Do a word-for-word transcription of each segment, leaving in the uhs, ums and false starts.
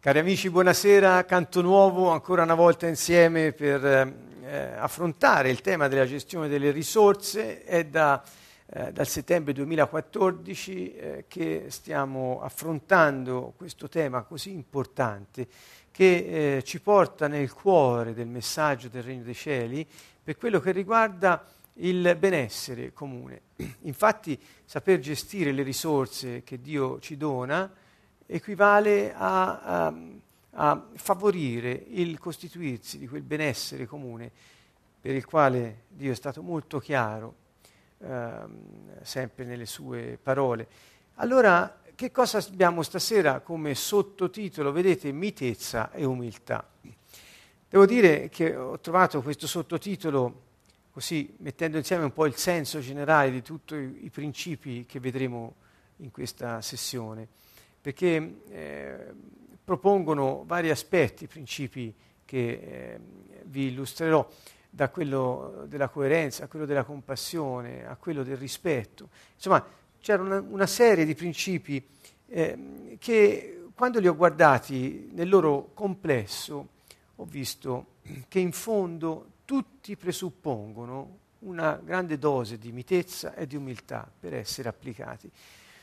Cari amici, buonasera, canto nuovo ancora una volta insieme per eh, affrontare il tema della gestione delle risorse. È da, eh, dal settembre duemilaquattordici eh, che stiamo affrontando questo tema così importante che eh, ci porta nel cuore del messaggio del Regno dei Cieli per quello che riguarda il benessere comune. Infatti, saper gestire le risorse che Dio ci dona equivale a, a, a favorire il costituirsi di quel benessere comune per il quale Dio è stato molto chiaro, ehm, sempre nelle sue parole. Allora, che cosa abbiamo stasera come sottotitolo? Vedete, mitezza e umiltà. Devo dire che ho trovato questo sottotitolo così, mettendo insieme un po' il senso generale di tutti i, i principi che vedremo in questa sessione, perché eh, propongono vari aspetti, principi che eh, vi illustrerò, da quello della coerenza a quello della compassione, a quello del rispetto. Insomma, c'era una, una serie di principi eh, che quando li ho guardati nel loro complesso ho visto che in fondo tutti presuppongono una grande dose di mitezza e di umiltà per essere applicati.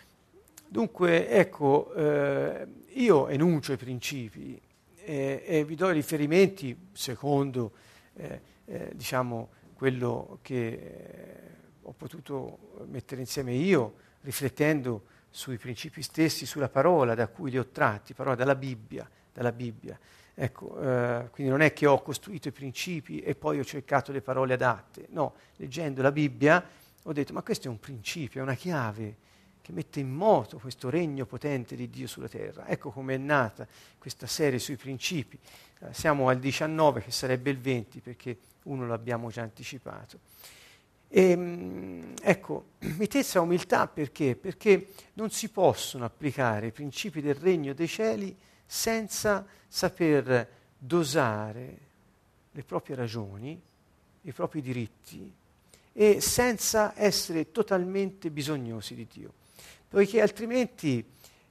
Dunque, ecco, eh, io enuncio i principi eh, e vi do i riferimenti secondo, eh, eh, diciamo, quello che eh, ho potuto mettere insieme io, riflettendo sui principi stessi, sulla parola da cui li ho tratti, parola dalla Bibbia, dalla Bibbia. Ecco, eh, quindi non è che ho costruito i principi e poi ho cercato le parole adatte. No, leggendo la Bibbia ho detto, ma questo è un principio, è una chiave che mette in moto questo regno potente di Dio sulla terra. Ecco come è nata questa serie sui principi. Eh, siamo al diciannove, che sarebbe il venti, perché uno l'abbiamo già anticipato. E, mh, ecco, mitezza e umiltà perché? Perché non si possono applicare i principi del regno dei cieli senza saper dosare le proprie ragioni, i propri diritti e senza essere totalmente bisognosi di Dio. Poiché altrimenti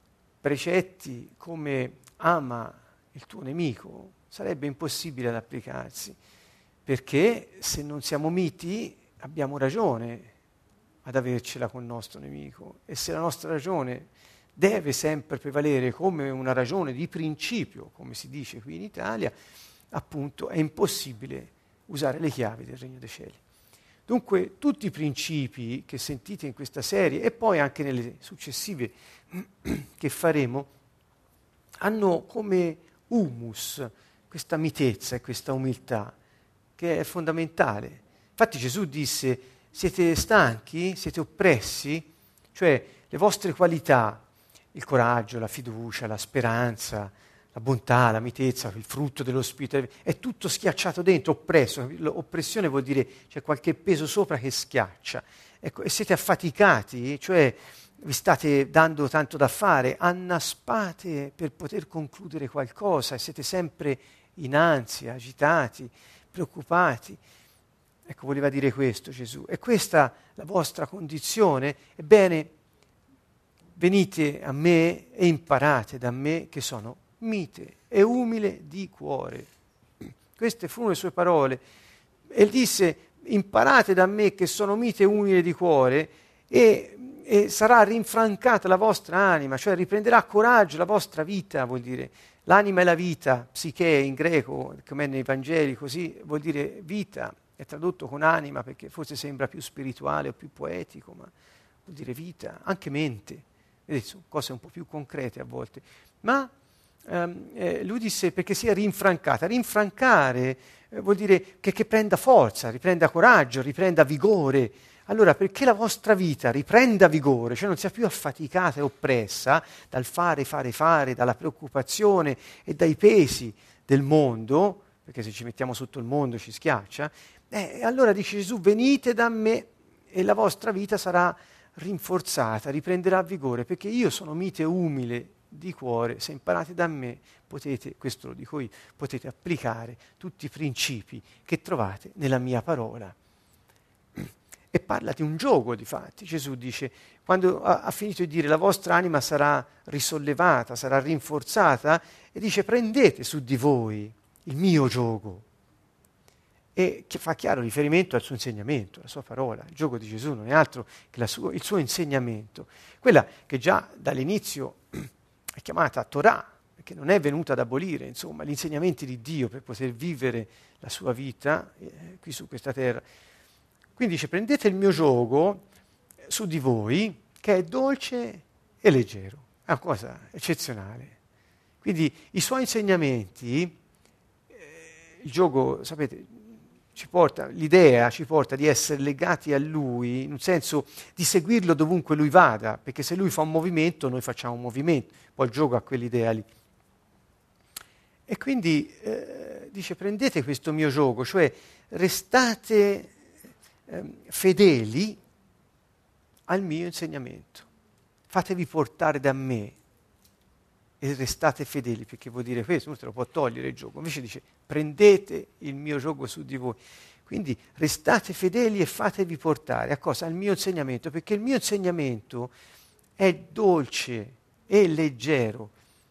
precetti come ama il tuo nemico sarebbe impossibile ad applicarsi, perché se non siamo miti abbiamo ragione ad avercela con il nostro nemico, e se la nostra ragione deve sempre prevalere come una ragione di principio, come si dice qui in Italia, appunto è impossibile usare le chiavi del Regno dei Cieli. Dunque tutti i principi che sentite in questa serie e poi anche nelle successive che faremo hanno come humus questa mitezza e questa umiltà che è fondamentale. Infatti Gesù disse: siete stanchi? Siete oppressi? Cioè le vostre qualità, il coraggio, la fiducia, la speranza, la bontà, la mitezza, il frutto dello spirito, è tutto schiacciato dentro, oppresso. L'oppressione vuol dire c'è qualche peso sopra che schiaccia. Ecco, e siete affaticati, cioè vi state dando tanto da fare, annaspate per poter concludere qualcosa e siete sempre in ansia, agitati, preoccupati. Ecco, voleva dire questo Gesù. È questa la vostra condizione? Ebbene, venite a me e imparate da me che sono mite e umile di cuore. Queste furono le sue parole. E disse: imparate da me che sono mite e umile di cuore e, e sarà rinfrancata la vostra anima, cioè riprenderà coraggio la vostra vita, vuol dire. L'anima è la vita, psiche in greco, come è nei Vangeli, così vuol dire vita. È tradotto con anima perché forse sembra più spirituale o più poetico, ma vuol dire vita, anche mente. Vedete, sono cose un po' più concrete a volte. Ma Um, eh, lui disse perché sia rinfrancata. Rinfrancare eh, vuol dire che, che prenda forza, riprenda coraggio, riprenda vigore. Allora, perché la vostra vita riprenda vigore, cioè non sia più affaticata e oppressa dal fare, fare, fare, dalla preoccupazione e dai pesi del mondo, perché se ci mettiamo sotto il mondo ci schiaccia, eh, allora dice Gesù: venite da me e la vostra vita sarà rinforzata, riprenderà vigore, perché io sono mite e umile di cuore. Se imparate da me potete, questo lo dico io, potete applicare tutti i principi che trovate nella mia parola. E parla di un gioco, difatti. Gesù dice, quando ha, ha finito di dire la vostra anima sarà risollevata, sarà rinforzata, e dice prendete su di voi il mio giogo, e che fa chiaro riferimento al suo insegnamento, alla sua parola. Il giogo di Gesù non è altro che la sua, il suo insegnamento, quella che già dall'inizio è chiamata Torah, che non è venuta ad abolire, insomma, gli insegnamenti di Dio per poter vivere la sua vita eh, qui su questa terra. Quindi dice, prendete il mio giogo su di voi, che è dolce e leggero. È una cosa eccezionale. Quindi i suoi insegnamenti, eh, il giogo, sapete, ci porta, l'idea ci porta di essere legati a Lui, in un senso di seguirlo dovunque Lui vada, perché se Lui fa un movimento, noi facciamo un movimento. Poi il gioco ha quell'idea lì. E quindi eh, dice, prendete questo mio giogo, cioè restate eh, fedeli al mio insegnamento. Fatevi portare da me e restate fedeli, perché vuol dire questo, uno te lo può togliere il gioco. Invece dice, prendete il mio giogo su di voi. Quindi restate fedeli e fatevi portare a cosa? Al mio insegnamento, perché il mio insegnamento è dolce e leggero.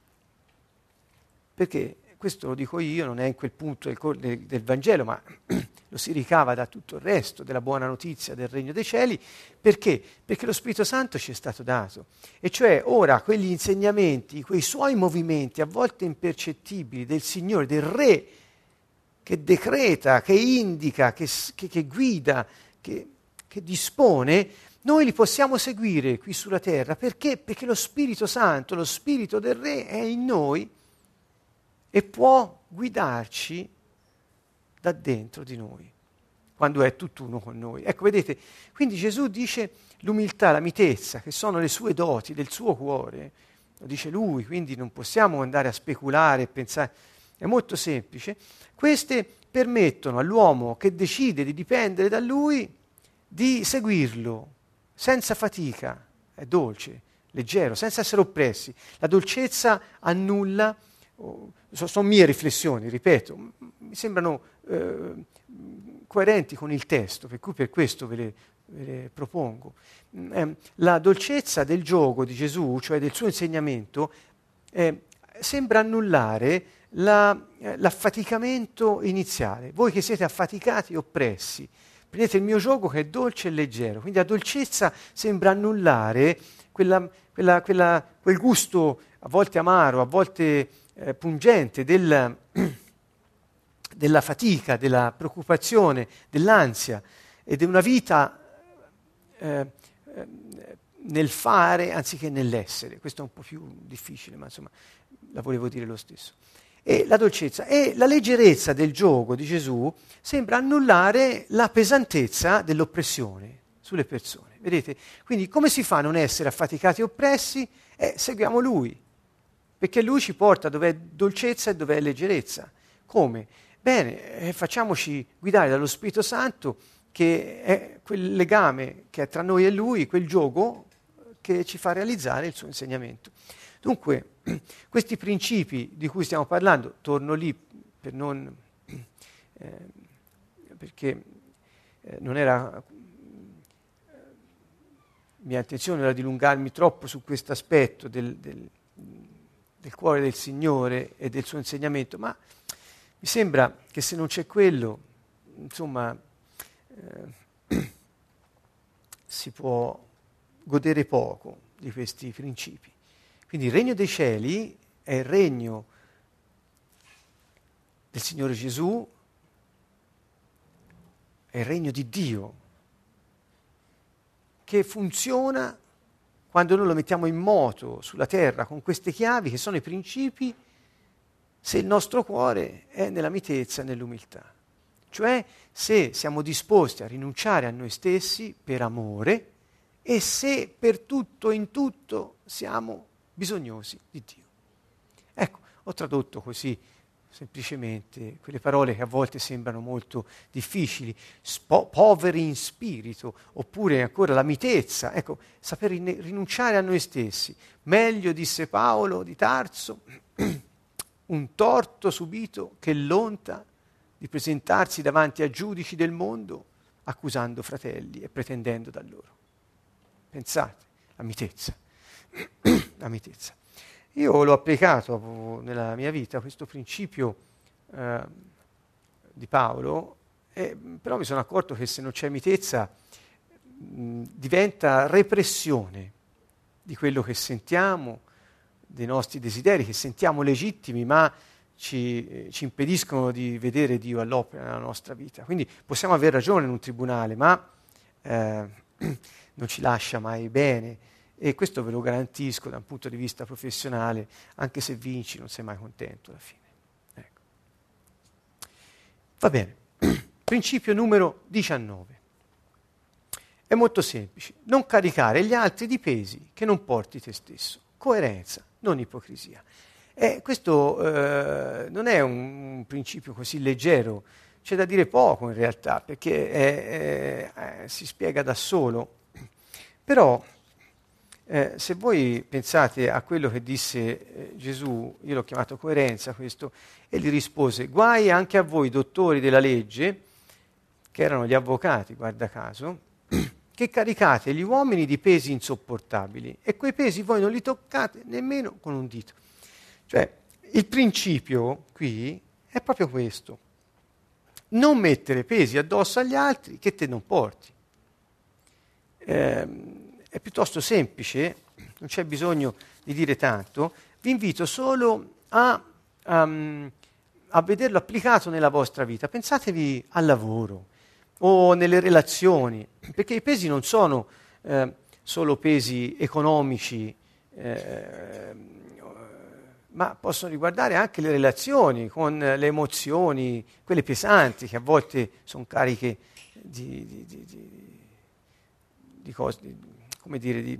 Perché questo lo dico io, non è in quel punto del, del, del Vangelo, ma lo si ricava da tutto il resto della buona notizia del Regno dei Cieli. Perché? Perché lo Spirito Santo ci è stato dato. E cioè ora quegli insegnamenti, quei suoi movimenti a volte impercettibili del Signore, del Re, che decreta, che indica, che, che, che guida, che, che dispone, noi li possiamo seguire qui sulla terra. Perché? Perché lo Spirito Santo, lo Spirito del Re è in noi e può guidarci da dentro di noi, quando è tutt'uno con noi. Ecco, vedete, quindi Gesù dice l'umiltà, la mitezza, che sono le sue doti, del suo cuore, lo dice Lui, quindi non possiamo andare a speculare e pensare, è molto semplice. Queste permettono all'uomo che decide di dipendere da Lui di seguirlo senza fatica, è dolce, leggero, senza essere oppressi. La dolcezza annulla. Oh, sono mie riflessioni, ripeto, mi sembrano eh, coerenti con il testo, per cui per questo ve le, ve le propongo. Eh, la dolcezza del giogo di Gesù, cioè del suo insegnamento, eh, sembra annullare la, eh, l'affaticamento iniziale. Voi che siete affaticati e oppressi, prendete il mio giogo che è dolce e leggero. Quindi la dolcezza sembra annullare quella, quella, quella, quel gusto a volte amaro, a volte Eh, pungente del, della fatica, della preoccupazione, dell'ansia ed è una vita eh, eh, nel fare anziché nell'essere. Questo è un po' più difficile, ma insomma la volevo dire lo stesso. E la dolcezza e la leggerezza del giogo di Gesù sembra annullare la pesantezza dell'oppressione sulle persone. Vedete? Quindi come si fa a non essere affaticati e oppressi? Eh, seguiamo Lui. Perché Lui ci porta dove è dolcezza e dove è leggerezza. Come? Bene, eh, facciamoci guidare dallo Spirito Santo, che è quel legame che è tra noi e Lui, quel giogo che ci fa realizzare il suo insegnamento. Dunque, questi principi di cui stiamo parlando, torno lì per non, eh, perché eh, non era mia intenzione era dilungarmi troppo su questo aspetto del, del del cuore del Signore e del suo insegnamento, ma mi sembra che se non c'è quello, insomma, eh, si può godere poco di questi principi. Quindi il regno dei cieli è il regno del Signore Gesù, è il regno di Dio, che funziona quando noi lo mettiamo in moto sulla terra con queste chiavi che sono i principi, se il nostro cuore è nella mitezza e nell'umiltà. Cioè se siamo disposti a rinunciare a noi stessi per amore e se per tutto in tutto siamo bisognosi di Dio. Ecco, ho tradotto così semplicemente quelle parole che a volte sembrano molto difficili, spo- poveri in spirito, oppure ancora la mitezza, ecco, saper rin- rinunciare a noi stessi. Meglio, disse Paolo di Tarso, un torto subito che l'onta di presentarsi davanti a giudici del mondo accusando fratelli e pretendendo da loro. Pensate, la mitezza, la mitezza. Io l'ho applicato nella mia vita, questo principio eh, di Paolo, eh, però mi sono accorto che se non c'è mitezza mh, diventa repressione di quello che sentiamo, dei nostri desideri, che sentiamo legittimi, ma ci, eh, ci impediscono di vedere Dio all'opera nella nostra vita. Quindi possiamo aver ragione in un tribunale, ma eh, non ci lascia mai bene, e questo ve lo garantisco da un punto di vista professionale. Anche se vinci non sei mai contento alla fine. Ecco. Va bene. Principio numero diciannove. È molto semplice: non caricare gli altri di pesi che non porti te stesso. Coerenza, non ipocrisia. E questo eh, non è un, un principio così leggero, c'è da dire poco in realtà, perché è, è, è, si spiega da solo. Però eh, se voi pensate a quello che disse eh, Gesù, io l'ho chiamato coerenza questo, e gli rispose: guai anche a voi dottori della legge, che erano gli avvocati, guarda caso, che caricate gli uomini di pesi insopportabili, e quei pesi voi non li toccate nemmeno con un dito. Cioè, il principio qui è proprio questo: non mettere pesi addosso agli altri che te non porti. Eh, è piuttosto semplice, non c'è bisogno di dire tanto, vi invito solo a, um, a vederlo applicato nella vostra vita. Pensatevi al lavoro o nelle relazioni, perché i pesi non sono eh, solo pesi economici, eh, ma possono riguardare anche le relazioni con le emozioni, quelle pesanti, che a volte sono cariche di, di, di, di, di cose, di, come dire, di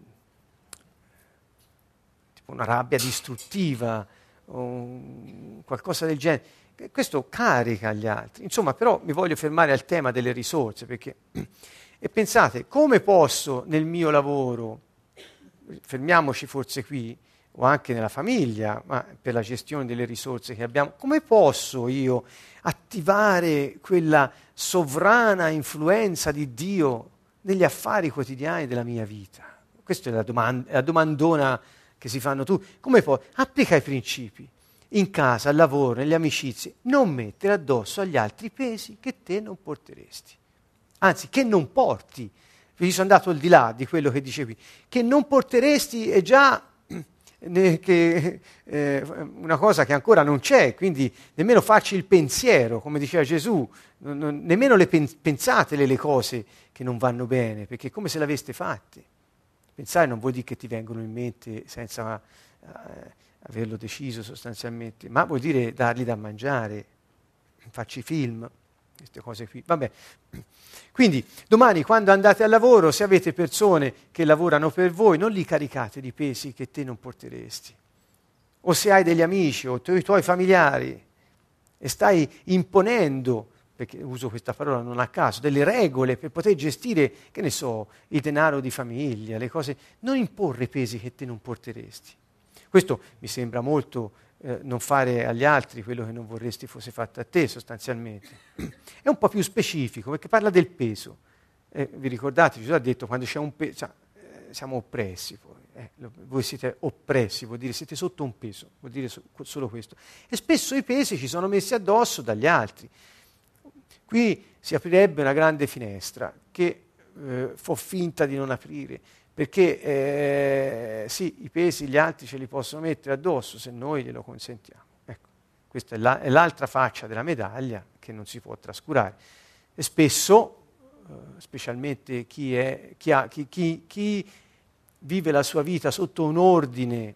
tipo una rabbia distruttiva o qualcosa del genere. Questo carica gli altri. Insomma, però mi voglio fermare al tema delle risorse, perché e pensate, come posso nel mio lavoro, fermiamoci forse qui, o anche nella famiglia, ma per la gestione delle risorse che abbiamo, come posso io attivare quella sovrana influenza di Dio negli affari quotidiani della mia vita? Questa è la, domanda, la domandona che si fanno tu. Come puoi? Applica i principi. In casa, al lavoro, nelle amicizie, non mettere addosso agli altri pesi che te non porteresti. Anzi, che non porti. Vi sono andato al di là di quello che dicevi. Che non porteresti è già Ne, che, eh, una cosa che ancora non c'è, quindi nemmeno farci il pensiero, come diceva Gesù, non, non, nemmeno le pen, pensatele le cose che non vanno bene, perché è come se le aveste fatte. Pensare non vuol dire che ti vengono in mente senza eh, averlo deciso sostanzialmente, ma vuol dire dargli da mangiare, farci film, queste cose qui. Vabbè. Quindi domani quando andate al lavoro, se avete persone che lavorano per voi, non li caricate di pesi che te non porteresti. O se hai degli amici o i tuoi familiari e stai imponendo, perché uso questa parola non a caso, delle regole per poter gestire, che ne so, il denaro di famiglia, le cose, non imporre pesi che te non porteresti. Questo mi sembra molto eh, non fare agli altri quello che non vorresti fosse fatto a te, sostanzialmente. È un po' più specifico, perché parla del peso. Eh, vi ricordate, Gesù ha detto, quando c'è un peso, cioè, eh, siamo oppressi poi. Eh, lo, voi siete oppressi, vuol dire siete sotto un peso, vuol dire so, solo questo. E spesso i pesi ci sono messi addosso dagli altri. Qui si aprirebbe una grande finestra che eh, fa finta di non aprire, perché eh, sì, i pesi gli altri ce li possono mettere addosso se noi glielo consentiamo. Ecco, questa è, la, è l'altra faccia della medaglia che non si può trascurare. E spesso, eh, specialmente chi, è, chi, ha, chi, chi, chi vive la sua vita sotto un ordine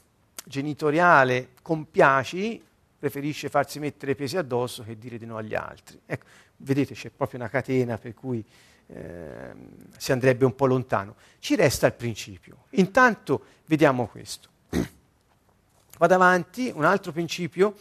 genitoriale compiaci, preferisce farsi mettere pesi addosso che dire di no agli altri. Ecco, vedete, c'è proprio una catena per cui eh, si andrebbe un po' lontano. Ci resta il principio. Intanto vediamo questo. Vado avanti, un altro principio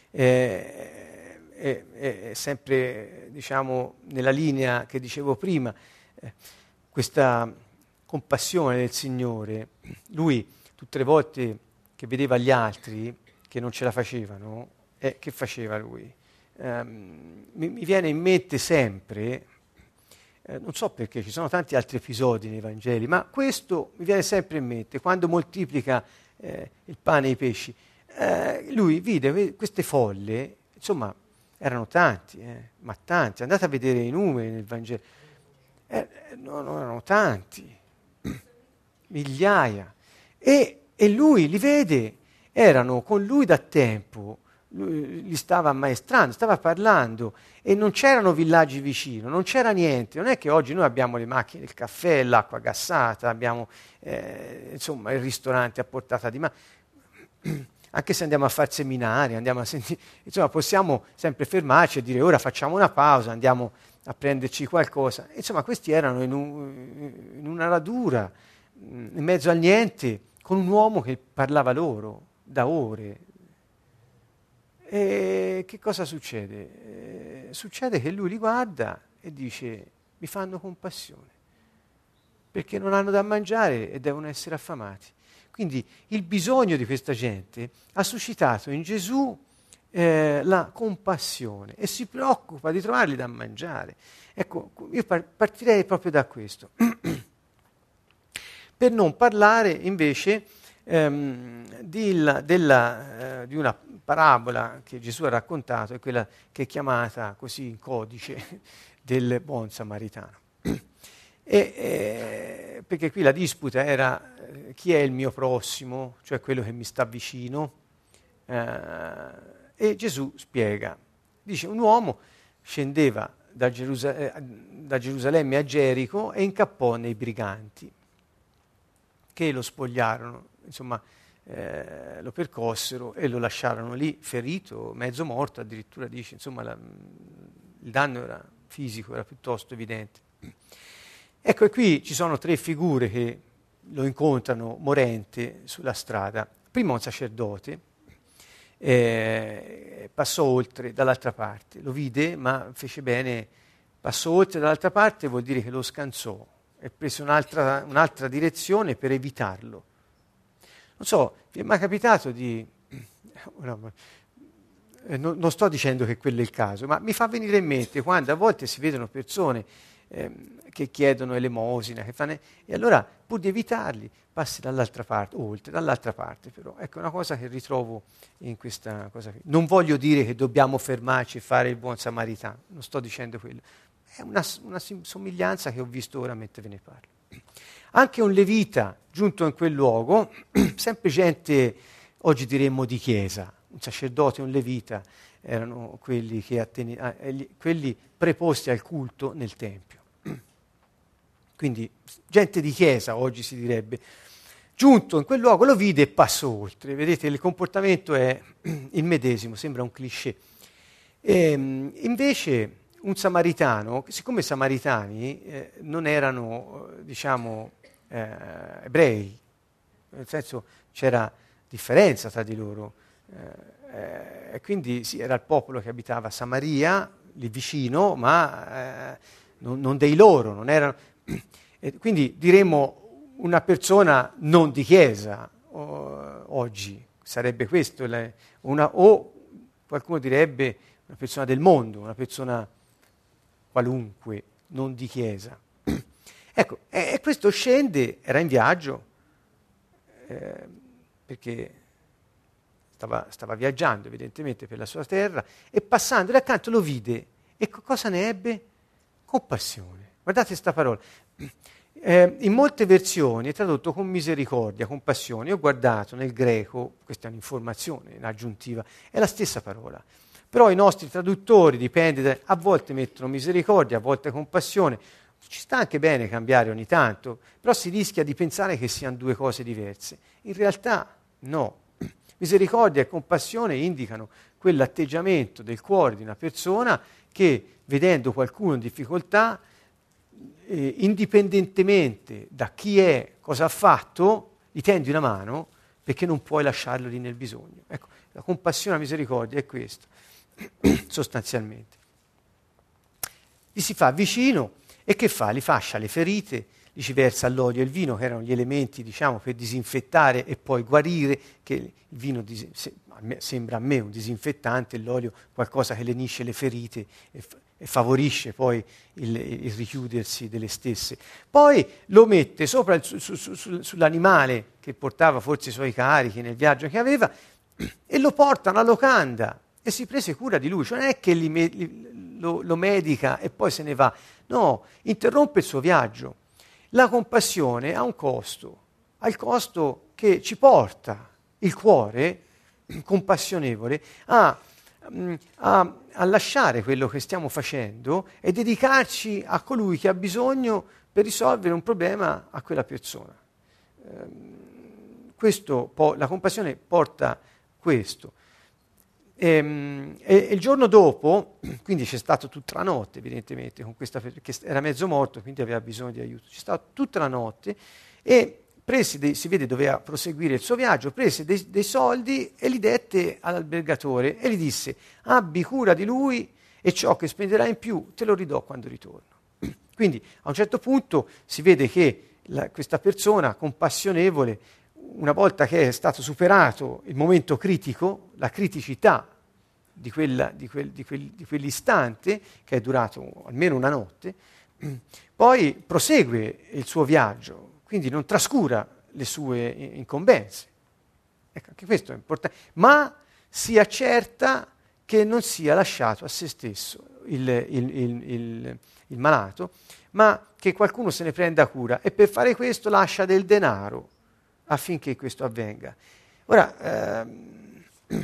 eh, è, è sempre, diciamo, nella linea che dicevo prima, eh, questa compassione del Signore. Lui, tutte le volte che vedeva gli altri che non ce la facevano, eh, che faceva lui? Um, mi, mi viene in mente sempre, eh, non so perché, ci sono tanti altri episodi nei Vangeli, ma questo mi viene sempre in mente, quando moltiplica eh, il pane e i pesci. Eh, lui vide queste folle, insomma, erano tanti, eh, ma tanti. Andate a vedere i numeri nel Vangelo. Eh, no, no, erano tanti, migliaia. E, e lui li vede, erano con lui da tempo, lui li stava ammaestrando, stava parlando e non c'erano villaggi vicino, non c'era niente. Non è che oggi noi abbiamo le macchine del caffè, l'acqua gassata, abbiamo eh, insomma il ristorante a portata di mano. Anche se andiamo a fare seminari, andiamo a sentire, insomma possiamo sempre fermarci e dire ora facciamo una pausa, andiamo a prenderci qualcosa. Insomma questi erano in, un, in una radura, in mezzo al niente, con un uomo che parlava loro da ore. E che cosa succede? Eh, succede che lui li guarda e dice mi fanno compassione, perché non hanno da mangiare e devono essere affamati. Quindi il bisogno di questa gente ha suscitato in Gesù eh, la compassione e si preoccupa di trovarli da mangiare. Ecco, io par- partirei proprio da questo. Per non parlare invece ehm, di, la, della, eh, di una parabola che Gesù ha raccontato, è quella che è chiamata così in codice del buon samaritano. E, eh, perché qui la disputa era eh, chi è il mio prossimo, cioè quello che mi sta vicino, eh, e Gesù spiega, dice un uomo scendeva da, Gerusa- eh, da Gerusalemme a Gerico e incappò nei briganti che lo spogliarono, insomma eh, lo percossero e lo lasciarono lì ferito, mezzo morto, addirittura dice, insomma la, il danno era fisico, era piuttosto evidente. Ecco, e qui ci sono tre figure che lo incontrano morente sulla strada. Prima un sacerdote, eh, passò oltre dall'altra parte, lo vide, ma fece bene, passò oltre dall'altra parte, vuol dire che lo scansò e prese un'altra, un'altra direzione per evitarlo. Non so, vi è mai capitato di... No, non, non sto dicendo che quello è il caso, ma mi fa venire in mente quando a volte si vedono persone Ehm, che chiedono elemosina, che fanno, e allora pur di evitarli passi dall'altra parte, oltre, dall'altra parte però. Ecco una cosa che ritrovo in questa cosa qui. Non voglio dire che dobbiamo fermarci e fare il buon samaritano, non sto dicendo quello. È una, una somiglianza che ho visto ora mentre ve ne parlo. Anche un levita giunto in quel luogo, sempre gente, oggi diremmo di chiesa, un sacerdote e un levita, erano quelli, che atteni- eh, quelli preposti al culto nel Tempio. Quindi gente di chiesa, oggi si direbbe. Giunto in quel luogo lo vide e passò oltre. Vedete, il comportamento è il medesimo, sembra un cliché. E, invece un samaritano, siccome i samaritani eh, non erano, diciamo, eh, ebrei, nel senso c'era differenza tra di loro, eh, e quindi sì, era il popolo che abitava a Samaria, lì vicino, ma eh, non, non dei loro, non erano... E quindi diremmo una persona non di chiesa o, oggi, sarebbe questo, le, una, o qualcuno direbbe una persona del mondo, una persona qualunque, non di chiesa. Ecco, e, e questo scende, era in viaggio, eh, perché... Stava, stava viaggiando evidentemente per la sua terra e passando da accanto lo vide e co- cosa ne ebbe? Compassione. Guardate questa parola. Eh, in molte versioni è tradotto con misericordia, compassione. Io ho guardato nel greco, questa è un'informazione aggiuntiva, è la stessa parola. Però i nostri traduttori, dipende, da, a volte mettono misericordia, a volte compassione. Ci sta anche bene cambiare ogni tanto, però si rischia di pensare che siano due cose diverse. In realtà no. Misericordia e compassione indicano quell'atteggiamento del cuore di una persona che, vedendo qualcuno in difficoltà, eh, indipendentemente da chi è, cosa ha fatto, gli tendi una mano perché non puoi lasciarlo lì nel bisogno. Ecco, la compassione e la misericordia è questo, sostanzialmente. Gli si fa vicino e che fa? Li fascia le ferite, gli ci versa l'olio e il vino, che erano gli elementi, diciamo, per disinfettare e poi guarire, che il vino dis- a me, sembra a me un disinfettante, l'olio qualcosa che lenisce le ferite e, f- e favorisce poi il, il richiudersi delle stesse. Poi lo mette sopra il, su, su, su, sull'animale che portava forse i suoi carichi nel viaggio che aveva e lo porta alla locanda e si prese cura di lui. Cioè non è che li, li, lo, lo medica e poi se ne va, no, interrompe il suo viaggio. La compassione ha un costo, ha il costo che ci porta il cuore compassionevole a, a, a lasciare quello che stiamo facendo e dedicarci a colui che ha bisogno per risolvere un problema a quella persona. Eh, questo po- la compassione porta questo. E, e, e il giorno dopo, quindi c'è stato tutta la notte evidentemente, con questa, perché era mezzo morto, quindi aveva bisogno di aiuto, c'è stato tutta la notte e prese dei, si vede doveva proseguire il suo viaggio, prese dei, dei soldi e li dette all'albergatore e gli disse: abbi cura di lui e ciò che spenderai in più te lo ridò quando ritorno. Quindi a un certo punto si vede che la, questa persona compassionevole, una volta che è stato superato il momento critico, la criticità di, quella, di, quel, di, quel, di quell'istante, che è durato almeno una notte, poi prosegue il suo viaggio, quindi non trascura le sue incombenze. Ecco, anche questo è importante. Ma si accerta che non sia lasciato a se stesso il, il, il, il, il malato, ma che qualcuno se ne prenda cura. E per fare questo lascia del denaro affinché questo avvenga. Ora, ehm,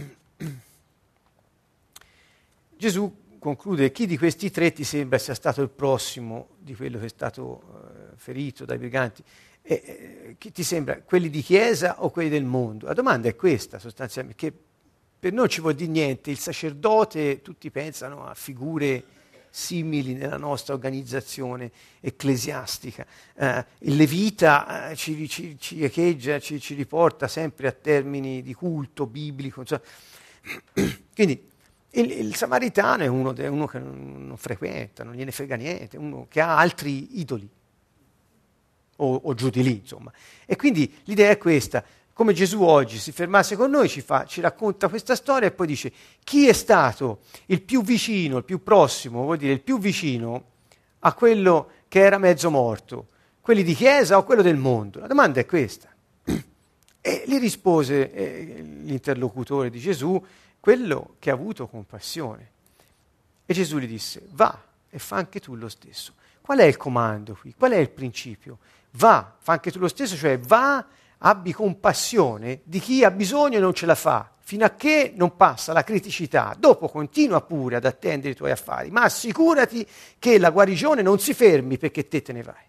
Gesù conclude: chi di questi tre ti sembra sia stato il prossimo di quello che è stato eh, ferito dai briganti? E, eh, chi ti sembra, quelli di chiesa o quelli del mondo? La domanda è questa sostanzialmente, che per noi ci vuol dire niente. Il sacerdote, tutti pensano a figure simili nella nostra organizzazione ecclesiastica. Eh, il levita eh, ci, ci, ci echeggia, ci, ci riporta sempre a termini di culto biblico. Insomma. Quindi il, il samaritano è uno, de, uno che non, non frequenta, non gliene frega niente, uno che ha altri idoli o, o giù di lì, insomma. E quindi l'idea è questa: come Gesù oggi si fermasse con noi, ci, fa, ci racconta questa storia e poi dice: chi è stato il più vicino, il più prossimo, vuol dire il più vicino a quello che era mezzo morto, quelli di chiesa o quello del mondo? La domanda è questa. E gli rispose eh, l'interlocutore di Gesù: quello che ha avuto compassione. E Gesù gli disse: va e fa anche tu lo stesso. Qual è il comando qui? Qual è il principio? Va, fa anche tu lo stesso, cioè va, abbi compassione di chi ha bisogno e non ce la fa, fino a che non passa la criticità. Dopo continua pure ad attendere i tuoi affari, ma assicurati che la guarigione non si fermi perché te te ne vai.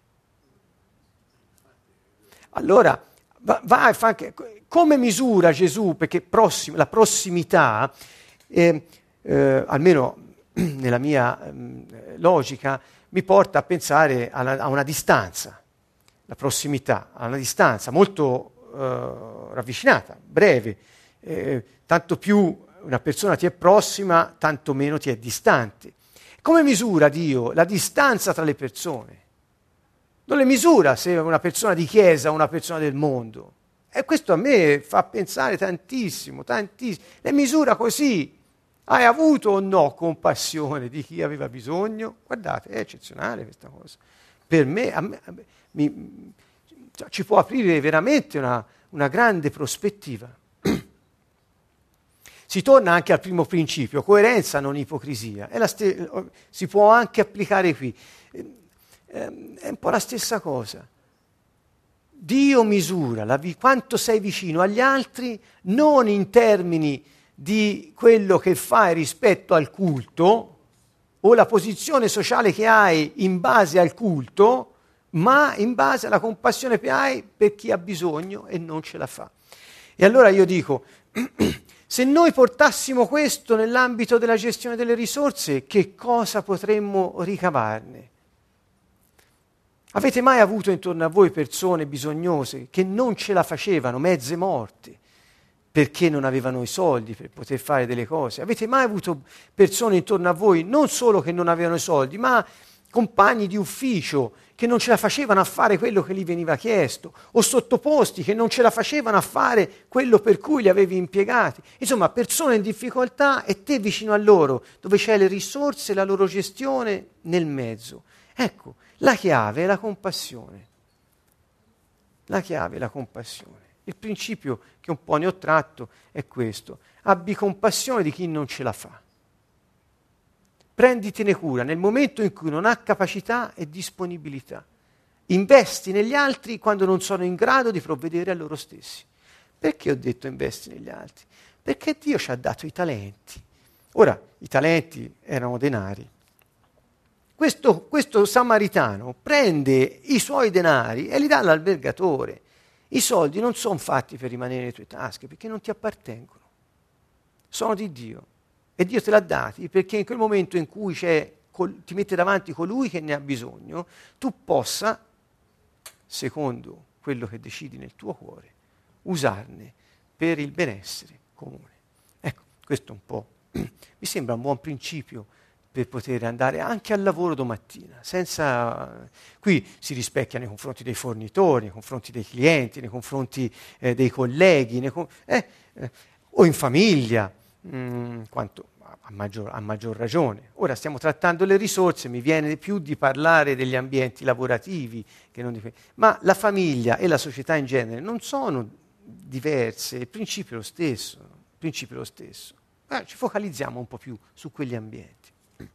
Allora, va, va e fa anche... Come misura Gesù, perché prossimo, la prossimità, eh, eh, almeno nella mia eh, logica, mi porta a pensare a una, a una distanza, la prossimità, a una distanza molto eh, ravvicinata, breve. Eh, tanto più una persona ti è prossima, tanto meno ti è distante. Come misura Dio la distanza tra le persone? Non le misura se è una persona di chiesa o una persona del mondo. E questo a me fa pensare tantissimo, tantissimo. Le misura così. Hai avuto o no compassione di chi aveva bisogno? Guardate, è eccezionale questa cosa. Per me, a me, a me mi, cioè, ci può aprire veramente una, una grande prospettiva. Si torna anche al primo principio, coerenza non ipocrisia. È la ste- si può anche applicare qui. È un po' la stessa cosa. Dio misura la vi- quanto sei vicino agli altri, non in termini di quello che fai rispetto al culto o la posizione sociale che hai in base al culto, ma in base alla compassione che hai per chi ha bisogno e non ce la fa. E allora io dico, se noi portassimo questo nell'ambito della gestione delle risorse, che cosa potremmo ricavarne? Avete mai avuto intorno a voi persone bisognose che non ce la facevano, mezze morte, perché non avevano i soldi per poter fare delle cose? Avete mai avuto persone intorno a voi non solo che non avevano i soldi, ma compagni di ufficio che non ce la facevano a fare quello che gli veniva chiesto, o sottoposti che non ce la facevano a fare quello per cui li avevi impiegati. Insomma, persone in difficoltà e te vicino a loro, dove c'è le risorse, la loro gestione nel mezzo. Ecco, la chiave è la compassione. La chiave è la compassione. Il principio che un po' ne ho tratto è questo: abbi compassione di chi non ce la fa. Prenditene cura nel momento in cui non ha capacità e disponibilità. Investi negli altri quando non sono in grado di provvedere a loro stessi. Perché ho detto investi negli altri? Perché Dio ci ha dato i talenti. Ora, i talenti erano denari. Questo, questo samaritano prende i suoi denari e li dà all'albergatore. I soldi non sono fatti per rimanere nelle tue tasche, perché non ti appartengono. Sono di Dio. E Dio te l'ha dati perché in quel momento in cui c'è, col, ti mette davanti colui che ne ha bisogno, tu possa, secondo quello che decidi nel tuo cuore, usarne per il benessere comune. Ecco, questo un po' mi sembra un buon principio per poter andare anche al lavoro domattina, senza... Qui si rispecchia nei confronti dei fornitori, nei confronti dei clienti, nei confronti eh, dei colleghi, nei con... eh, eh, o in famiglia, mh, quanto, a, maggior, a maggior ragione. Ora stiamo trattando le risorse, mi viene più di parlare degli ambienti lavorativi, che non di que... ma la famiglia e la società in genere non sono diverse, il principio è lo stesso, il principio è lo stesso. Eh, ci focalizziamo un po' più su quegli ambienti.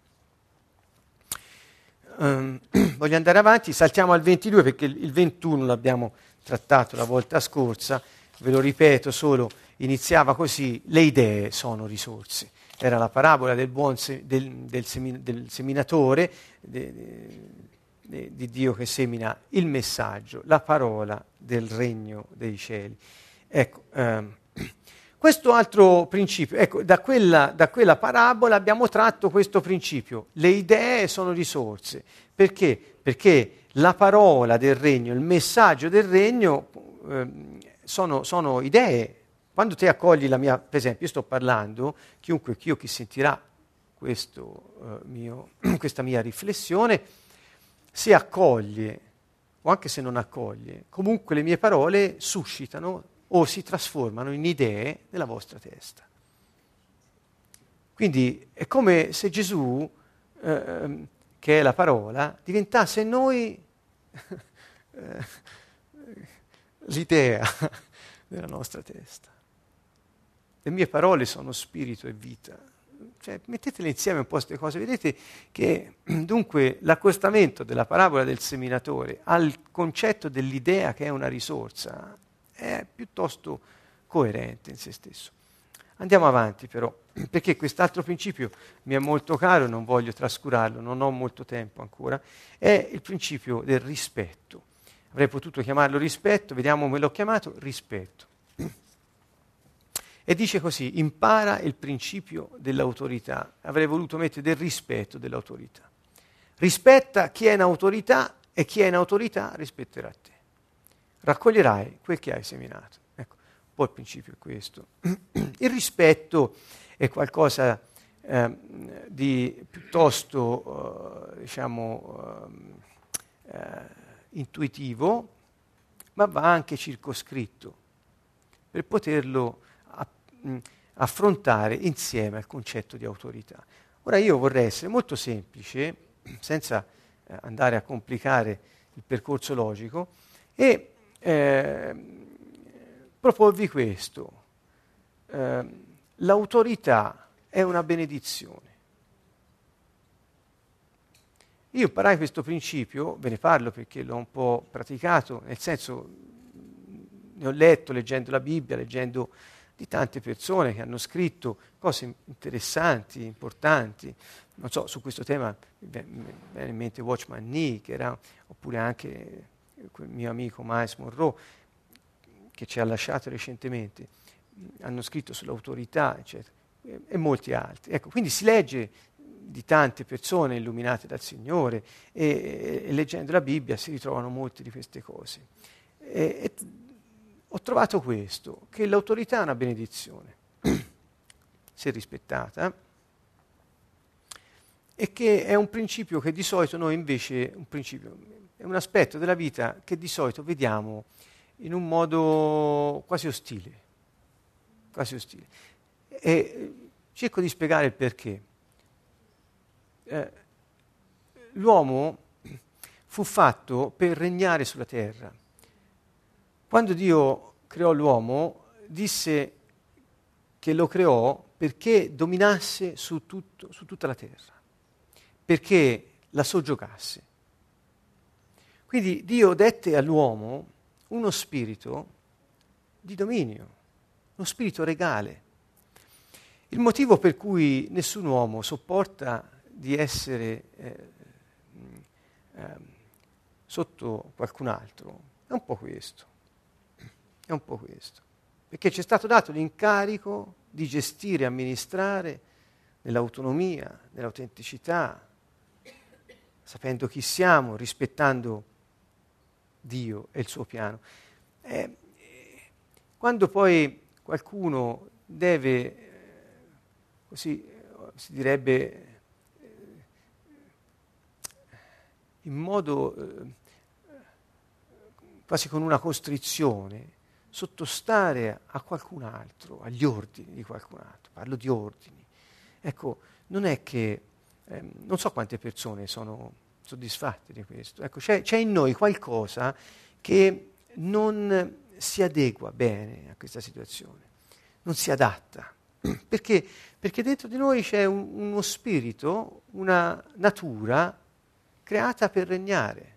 Um, voglio andare avanti, saltiamo al ventidue perché il ventuno l'abbiamo trattato la volta scorsa, ve lo ripeto solo, iniziava così: le idee sono risorse. Era la parabola del buon se, del, del, semin, del seminatore, de, de, de, di Dio che semina il messaggio, la parola del regno dei cieli. Ecco, um, questo altro principio, ecco, da quella, da quella parabola abbiamo tratto questo principio: le idee sono risorse. Perché? Perché la parola del regno, il messaggio del regno eh, sono, sono idee. Quando te accogli la mia, per esempio, io sto parlando, chiunque chi o chi sentirà questo, eh, mio, questa mia riflessione, se accoglie o anche se non accoglie, comunque le mie parole suscitano o si trasformano in idee nella vostra testa. Quindi è come se Gesù, eh, che è la parola, diventasse in noi eh, l'idea della nostra testa. Le mie parole sono spirito e vita. Cioè, mettetele insieme un po' queste cose, vedete che dunque l'accostamento della parabola del seminatore al concetto dell'idea che è una risorsa è piuttosto coerente in se stesso. Andiamo avanti però, perché quest'altro principio mi è molto caro e non voglio trascurarlo, non ho molto tempo ancora, è il principio del rispetto. Avrei potuto chiamarlo rispetto, vediamo come l'ho chiamato, rispetto. E dice così: impara il principio dell'autorità. Avrei voluto mettere del rispetto dell'autorità. Rispetta chi è in autorità e chi è in autorità rispetterà te. Raccoglierai quel che hai seminato. Ecco, un po' il principio è questo. Il rispetto è qualcosa eh, di piuttosto, eh, diciamo, eh, intuitivo, ma va anche circoscritto per poterlo affrontare insieme al concetto di autorità. Ora io vorrei essere molto semplice, senza eh, andare a complicare il percorso logico, e eh, proporvi questo. Eh, l'autorità è una benedizione. Io imparai questo principio, ve ne parlo perché l'ho un po' praticato, nel senso, ne ho letto leggendo la Bibbia, leggendo di tante persone che hanno scritto cose interessanti, importanti. Non so, su questo tema mi viene in mente Watchman Nee, che era, oppure anche quel mio amico Miles Monroe, che ci ha lasciato recentemente. Hanno scritto sull'autorità, eccetera, e, e molti altri. Ecco, quindi si legge di tante persone illuminate dal Signore e, e, e leggendo la Bibbia si ritrovano molte di queste cose. E, e, ho trovato questo, che l'autorità è una benedizione, se rispettata, e che è un principio che di solito noi invece, un principio, è un aspetto della vita che di solito vediamo in un modo quasi ostile, quasi ostile. E cerco di spiegare il perché. Eh, l'uomo fu fatto per regnare sulla terra. Quando Dio creò l'uomo, disse che lo creò perché dominasse su, tutto, su tutta la terra, perché la soggiogasse. Quindi Dio dette all'uomo uno spirito di dominio, uno spirito regale. Il motivo per cui nessun uomo sopporta di essere eh, eh, sotto qualcun altro è un po' questo, è un po' questo, perché ci è stato dato l'incarico di gestire, amministrare nell'autonomia, nell'autenticità, sapendo chi siamo, rispettando Dio e il suo piano. Eh, quando poi qualcuno deve, eh, così eh, si direbbe, eh, in modo eh, quasi con una costrizione, sottostare a qualcun altro, agli ordini di qualcun altro, parlo di ordini. Ecco, non è che, ehm, non so quante persone sono soddisfatte di questo, ecco, c'è, c'è in noi qualcosa che non si adegua bene a questa situazione, non si adatta, perché? Perché dentro di noi c'è un, uno spirito, una natura creata per regnare.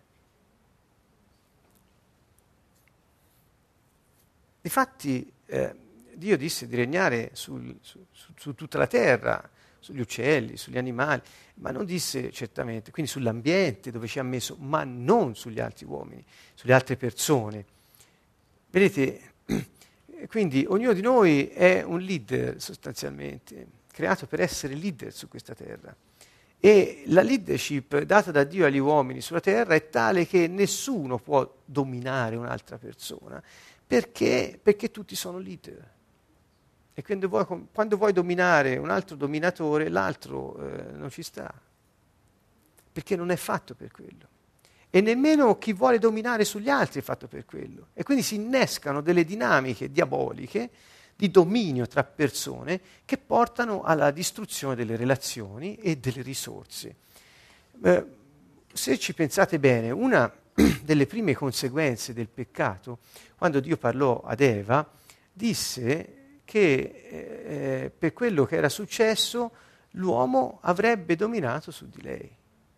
Difatti eh, Dio disse di regnare sul, su, su, su tutta la terra, sugli uccelli, sugli animali, ma non disse certamente, quindi sull'ambiente dove ci ha messo, ma non sugli altri uomini, sulle altre persone. Vedete, quindi ognuno di noi è un leader sostanzialmente, creato per essere leader su questa terra. E la leadership data da Dio agli uomini sulla terra è tale che nessuno può dominare un'altra persona, perché, perché tutti sono leader. E quando vuoi, quando vuoi dominare un altro dominatore, l'altro eh, non ci sta, perché non è fatto per quello. E nemmeno chi vuole dominare sugli altri è fatto per quello. E quindi si innescano delle dinamiche diaboliche di dominio tra persone che portano alla distruzione delle relazioni e delle risorse. Eh, se ci pensate bene, una delle prime conseguenze del peccato, quando Dio parlò ad Eva, disse che eh, per quello che era successo l'uomo avrebbe dominato su di lei.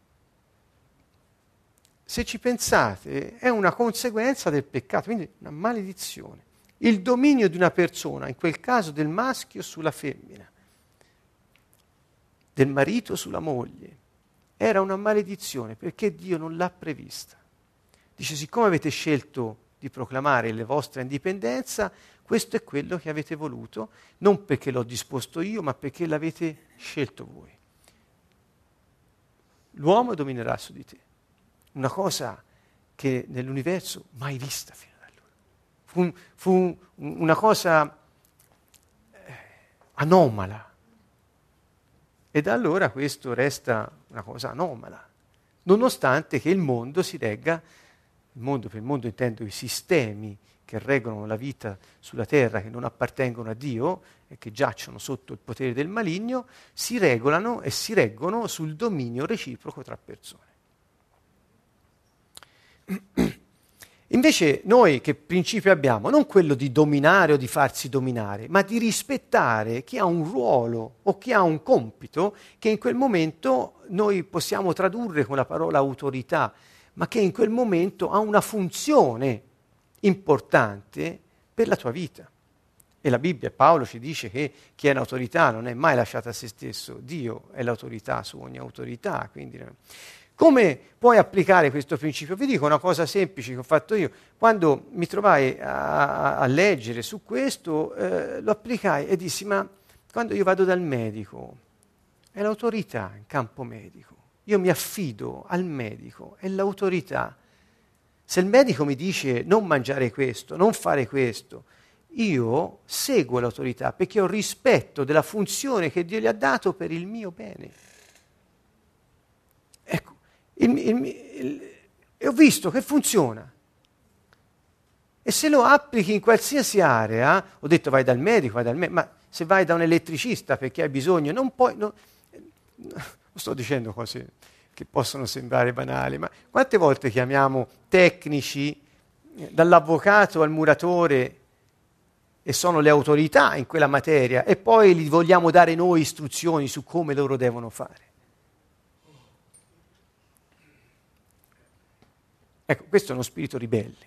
Se ci pensate, è una conseguenza del peccato, quindi una maledizione. Il dominio di una persona, in quel caso del maschio sulla femmina, del marito sulla moglie, era una maledizione perché Dio non l'ha prevista. Dice, siccome avete scelto di proclamare la vostra indipendenza, questo è quello che avete voluto, non perché l'ho disposto io, ma perché l'avete scelto voi. L'uomo dominerà su di te. Una cosa che nell'universo mai vista fino ad allora. Fu, un, fu un, una cosa eh, anomala. E da allora questo resta una cosa anomala, nonostante che il mondo si regga, il mondo, per il mondo intendo i sistemi che reggono la vita sulla terra, che non appartengono a Dio e che giacciono sotto il potere del maligno, si regolano e si reggono sul dominio reciproco tra persone. Invece noi che principio abbiamo? Non quello di dominare o di farsi dominare, ma di rispettare chi ha un ruolo o chi ha un compito che in quel momento noi possiamo tradurre con la parola autorità, ma che in quel momento ha una funzione importante per la tua vita. E la Bibbia, Paolo ci dice che chi è in autorità non è mai lasciato a se stesso, Dio è l'autorità su ogni autorità, quindi... Come puoi applicare questo principio? Vi dico una cosa semplice che ho fatto io. Quando mi trovai a, a leggere su questo, eh, lo applicai e dissi, ma quando io vado dal medico, è l'autorità in campo medico. Io mi affido al medico, è l'autorità. Se il medico mi dice non mangiare questo, non fare questo, io seguo l'autorità perché ho rispetto della funzione che Dio gli ha dato per il mio bene. il, il, il, e ho visto che funziona. E se lo applichi in qualsiasi area, ho detto vai dal medico, vai dal medico, ma se vai da un elettricista perché hai bisogno, non puoi... No, non sto dicendo cose che possono sembrare banali, ma quante volte chiamiamo tecnici, dall'avvocato al muratore, e sono le autorità in quella materia, e poi gli vogliamo dare noi istruzioni su come loro devono fare. Ecco, questo è uno spirito ribelle.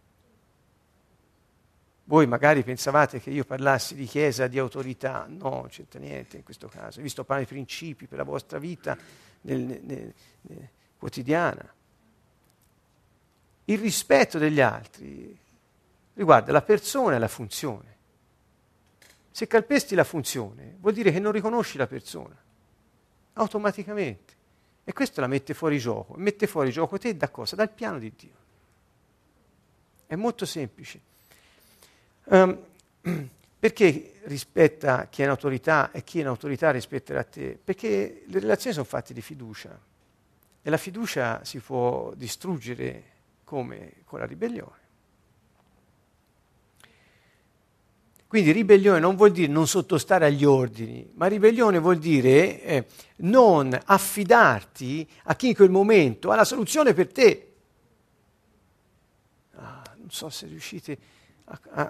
Voi magari pensavate che io parlassi di chiesa, di autorità, no, non c'entra niente in questo caso. Ho visto parlare di principi per la vostra vita nel, nel, nel, nel, quotidiana. Il rispetto degli altri riguarda la persona e la funzione. Se calpesti la funzione, vuol dire che non riconosci la persona, automaticamente. E questo la mette fuori gioco. Mette fuori gioco te da cosa? Dal piano di Dio. È molto semplice. Um, perché rispetta chi è in autorità e chi è in autorità rispetterà te? Perché le relazioni sono fatte di fiducia e la fiducia si può distruggere come? Con la ribellione. Quindi ribellione non vuol dire non sottostare agli ordini, ma ribellione vuol dire eh, non affidarti a chi in quel momento ha la soluzione per te. Ah, non so se riuscite a... a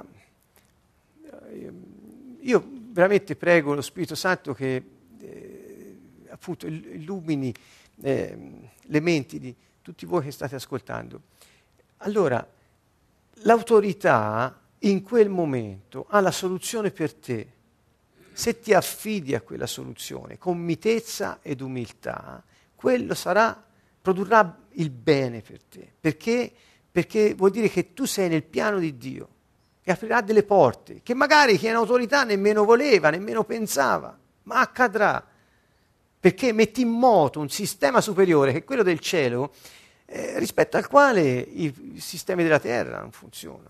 io veramente prego lo Spirito Santo che eh, appunto illumini eh, le menti di tutti voi che state ascoltando. Allora, l'autorità in quel momento ha la soluzione per te. Se ti affidi a quella soluzione con mitezza ed umiltà, quello sarà, produrrà il bene per te. Perché? Perché vuol dire che tu sei nel piano di Dio e aprirà delle porte che magari chi è in autorità nemmeno voleva, nemmeno pensava, ma accadrà. Perché metti in moto un sistema superiore che è quello del cielo, eh, rispetto al quale i, i sistemi della terra non funzionano.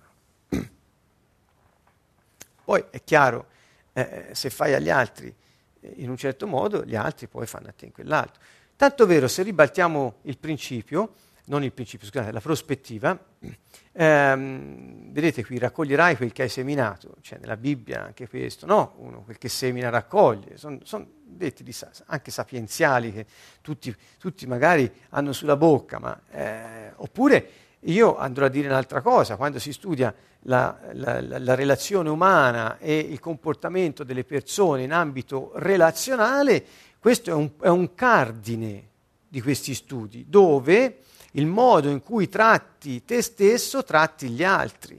Poi è chiaro, eh, se fai agli altri in un certo modo, gli altri poi fanno a te in quell'altro. Tanto vero, se ribaltiamo il principio, non il principio, scusate, la prospettiva, ehm, vedete qui, raccoglierai quel che hai seminato, c'è nella Bibbia anche questo, no? Uno, quel che semina raccoglie, sono son detti di, anche sapienziali che tutti, tutti magari hanno sulla bocca, ma, eh, oppure io andrò a dire un'altra cosa, quando si studia la, la, la, la relazione umana e il comportamento delle persone in ambito relazionale, questo è un, è un cardine di questi studi, dove il modo in cui tratti te stesso, tratti gli altri.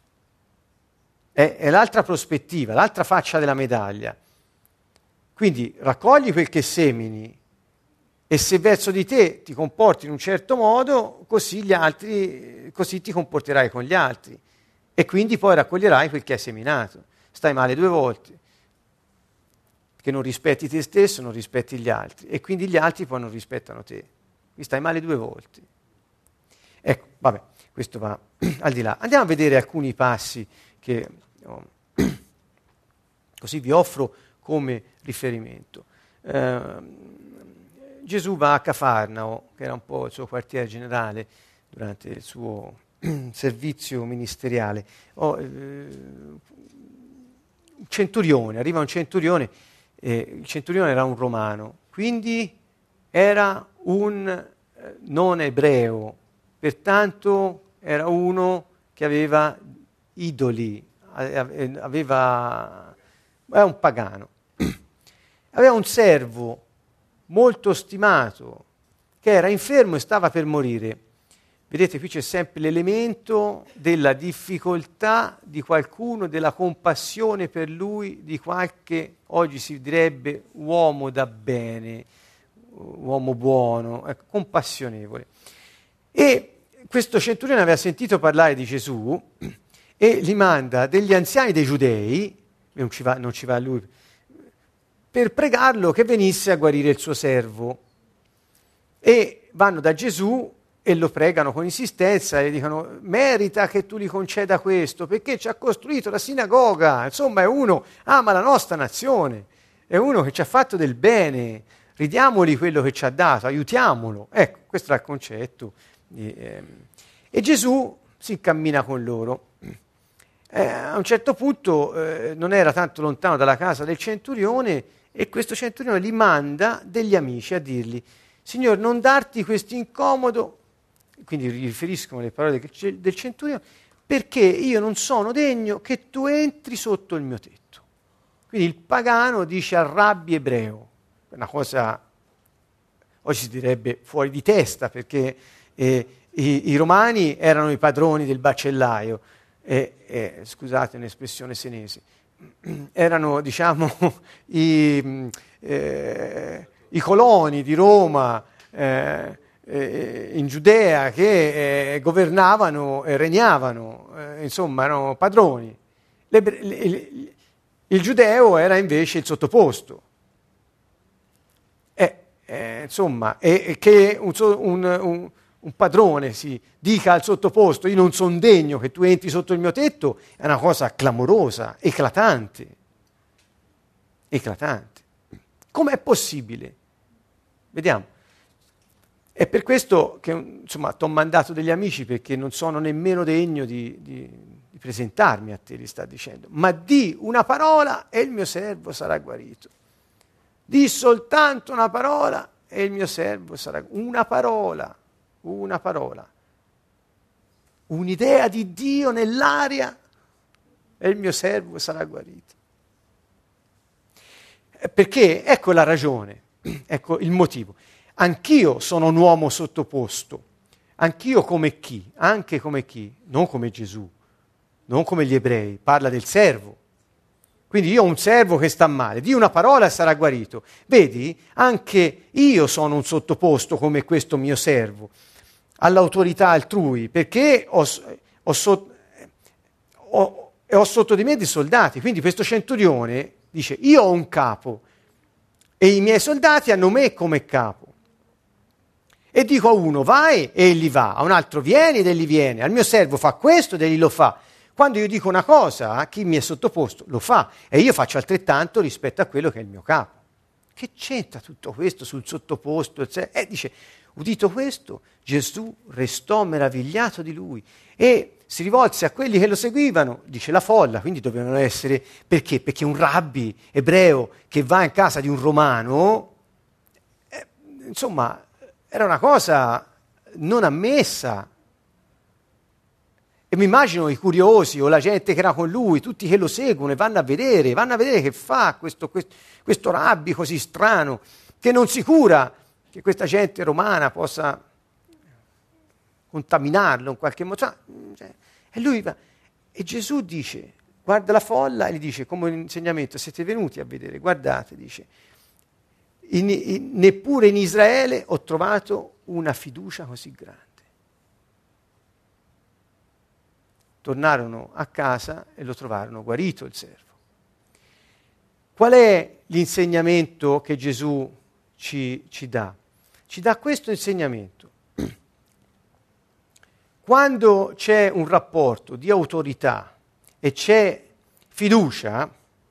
È, è l'altra prospettiva, l'altra faccia della medaglia. Quindi raccogli quel che semini e se verso di te ti comporti in un certo modo, così gli altri, così ti comporterai con gli altri. E quindi poi raccoglierai quel che hai seminato. Stai male due volte, perché non rispetti te stesso, non rispetti gli altri. E quindi gli altri poi non rispettano te. Quindi stai male due volte. Ecco, vabbè, questo va al di là. Andiamo a vedere alcuni passi che oh, così vi offro come riferimento. Eh, Gesù va a Cafarnao, che era un po' il suo quartiere generale durante il suo servizio ministeriale. Oh, eh, un centurione, arriva un centurione, eh, il centurione era un romano, quindi era un eh, non ebreo, pertanto era uno che aveva idoli, aveva, era un pagano. Aveva un servo molto stimato che era infermo e stava per morire. Vedete, qui c'è sempre l'elemento della difficoltà di qualcuno, della compassione per lui, di qualche, oggi si direbbe, uomo da bene, uomo buono, ecco, compassionevole. E questo centurione aveva sentito parlare di Gesù e li manda degli anziani dei giudei, non ci va, non ci va lui, per pregarlo che venisse a guarire il suo servo. E vanno da Gesù e lo pregano con insistenza e gli dicono: merita che tu gli conceda questo, perché ci ha costruito la sinagoga, insomma è uno, ama la nostra nazione, è uno che ci ha fatto del bene, ridiamoli quello che ci ha dato, aiutiamolo. Ecco, questo era il concetto. E, e Gesù si incammina con loro. Eh, a un certo punto eh, non era tanto lontano dalla casa del centurione e questo centurione gli manda degli amici a dirgli: Signore, non darti questo incomodo, quindi riferiscono le parole del centurione, perché io non sono degno che tu entri sotto il mio tetto. Quindi il pagano dice al rabbi ebreo, una cosa, oggi si direbbe fuori di testa, perché eh, i, i romani erano i padroni del bacellaio, eh, eh, scusate un'espressione senese, erano diciamo i, eh, i coloni di Roma, eh, eh, in Giudea, che eh, governavano e regnavano, eh, insomma erano padroni. Le, le, le, il giudeo era invece il sottoposto. Eh, eh, insomma, e, e che un, un, un, un padrone si dica al sottoposto: io non sono degno che tu entri sotto il mio tetto, è una cosa clamorosa, eclatante. Eclatante. Com'è possibile? Vediamo. È per questo che, insomma, ti ho mandato degli amici, perché non sono nemmeno degno di, di, di presentarmi a te, gli sta dicendo. Ma di una parola e il mio servo sarà guarito. Di soltanto una parola e il mio servo sarà guarito. Una parola, una parola. Un'idea di Dio nell'aria e il mio servo sarà guarito. Perché ecco la ragione, ecco il motivo. Anch'io sono un uomo sottoposto, anch'io come chi? Anche come chi? Non come Gesù, non come gli ebrei, parla del servo. Quindi io ho un servo che sta male, di una parola e sarà guarito. Vedi, anche io sono un sottoposto come questo mio servo, all'autorità altrui, perché ho, ho, so, ho, ho sotto di me dei soldati. Quindi questo centurione dice: io ho un capo e i miei soldati hanno me come capo. E dico a uno: vai, e egli va, a un altro: vieni, ed egli viene, al mio servo fa questo, ed egli lo fa. Quando io dico una cosa, a chi mi è sottoposto lo fa, e io faccio altrettanto rispetto a quello che è il mio capo. Che c'entra tutto questo sul sottoposto? E eh, dice, udito questo, Gesù restò meravigliato di lui e si rivolse a quelli che lo seguivano, dice la folla, quindi dovevano essere, perché? Perché un rabbi ebreo che va in casa di un romano, eh, insomma, era una cosa non ammessa. E mi immagino i curiosi o la gente che era con lui, tutti che lo seguono e vanno a vedere, vanno a vedere che fa questo, questo, questo rabbi così strano, che non si cura che questa gente romana possa contaminarlo in qualche modo. E lui va. E Gesù dice, guarda la folla e gli dice, come un insegnamento: siete venuti a vedere, guardate, dice, in, in, neppure in Israele ho trovato una fiducia così grande. Tornarono a casa e lo trovarono guarito il servo. Qual è l'insegnamento che Gesù ci, ci dà? Ci dà questo insegnamento. Quando c'è un rapporto di autorità e c'è fiducia,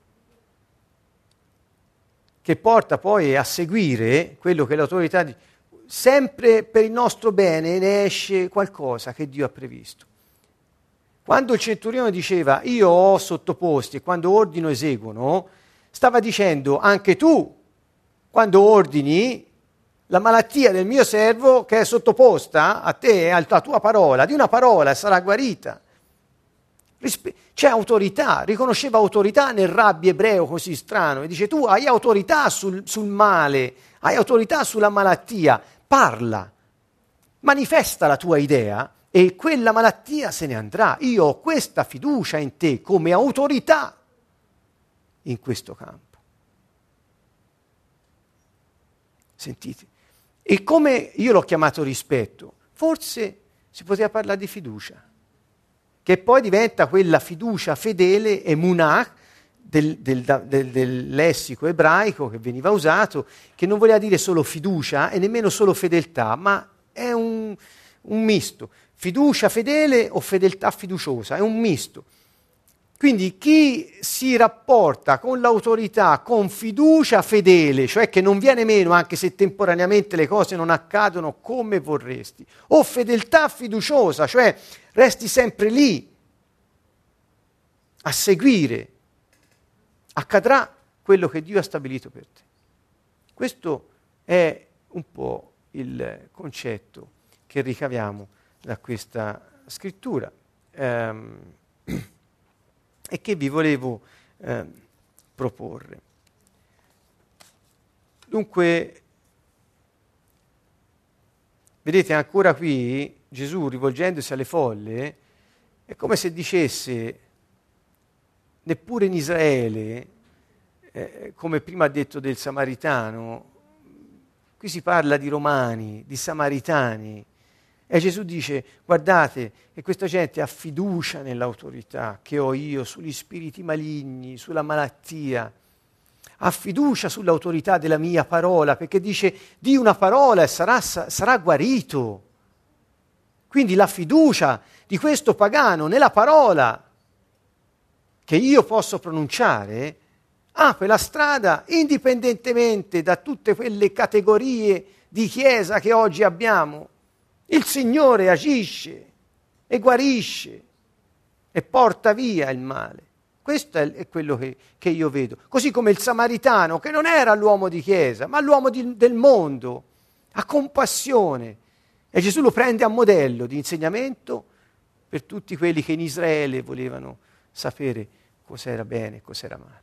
che porta poi a seguire quello che l'autorità dice, sempre per il nostro bene ne esce qualcosa che Dio ha previsto. Quando il centurione diceva io ho sottoposti e quando ordino eseguono, stava dicendo anche tu, quando ordini, la malattia del mio servo che è sottoposta a te, alla tua parola, di una parola sarà guarita. C'è autorità, riconosceva autorità nel rabbi ebreo così strano e dice tu hai autorità sul, sul male, hai autorità sulla malattia, parla, manifesta la tua idea e quella malattia se ne andrà. Io ho questa fiducia in te come autorità in questo campo. Sentite? E come io l'ho chiamato rispetto, forse si poteva parlare di fiducia, che poi diventa quella fiducia fedele, emunah, del, del, del, del lessico ebraico che veniva usato, che non voleva dire solo fiducia e nemmeno solo fedeltà, ma è un, un misto. Fiducia fedele o fedeltà fiduciosa, è un misto. Quindi chi si rapporta con l'autorità con fiducia fedele, cioè che non viene meno anche se temporaneamente le cose non accadono come vorresti, o fedeltà fiduciosa, cioè resti sempre lì a seguire, accadrà quello che Dio ha stabilito per te. Questo è un po' il concetto che ricaviamo da questa scrittura. Ehm, e che vi volevo eh, proporre. Dunque, vedete ancora qui Gesù rivolgendosi alle folle è come se dicesse neppure in Israele, eh, come prima ha detto del Samaritano, qui si parla di Romani, di Samaritani. E Gesù dice, guardate che questa gente ha fiducia nell'autorità che ho io sugli spiriti maligni, sulla malattia, ha fiducia sull'autorità della mia parola, perché dice, di una parola e sarà, sarà guarito. Quindi la fiducia di questo pagano nella parola che io posso pronunciare apre la strada indipendentemente da tutte quelle categorie di chiesa che oggi abbiamo. Il Signore agisce e guarisce e porta via il male. Questo è, è quello che, che io vedo. Così come il Samaritano, che non era l'uomo di chiesa, ma l'uomo di, del mondo, ha compassione. E Gesù lo prende a modello di insegnamento per tutti quelli che in Israele volevano sapere cos'era bene e cos'era male.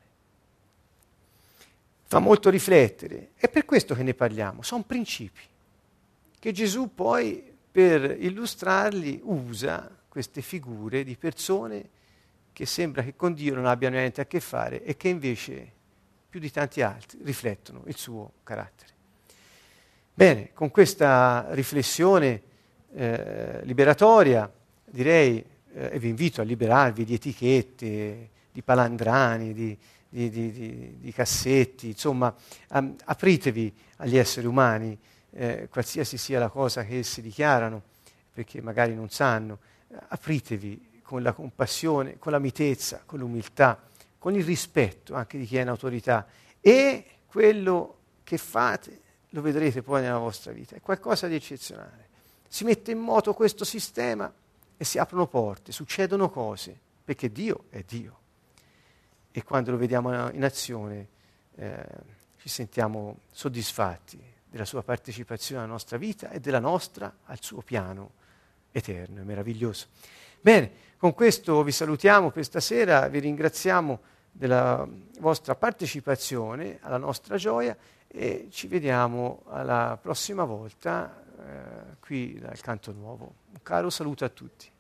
Fa molto riflettere. È per questo che ne parliamo. Sono principi che Gesù poi, per illustrarli, usa queste figure di persone che sembra che con Dio non abbiano niente a che fare e che invece, più di tanti altri, riflettono il suo carattere. Bene, con questa riflessione eh, liberatoria, direi, eh, e vi invito a liberarvi di etichette, di palandrani, di, di, di, di, di cassetti, insomma, um, apritevi agli esseri umani, Eh, qualsiasi sia la cosa che essi dichiarano, perché magari non sanno, eh, apritevi con la compassione, con la mitezza, con l'umiltà, con il rispetto anche di chi è in autorità, e quello che fate lo vedrete poi nella vostra vita, è qualcosa di eccezionale. Si mette in moto questo sistema e si aprono porte, succedono cose, perché Dio è Dio. E quando lo vediamo in azione eh, ci sentiamo soddisfatti della sua partecipazione alla nostra vita e della nostra al suo piano eterno, è meraviglioso. Bene, con questo vi salutiamo per stasera, vi ringraziamo della vostra partecipazione alla nostra gioia e ci vediamo alla prossima volta eh, qui dal Canto Nuovo. Un caro saluto a tutti.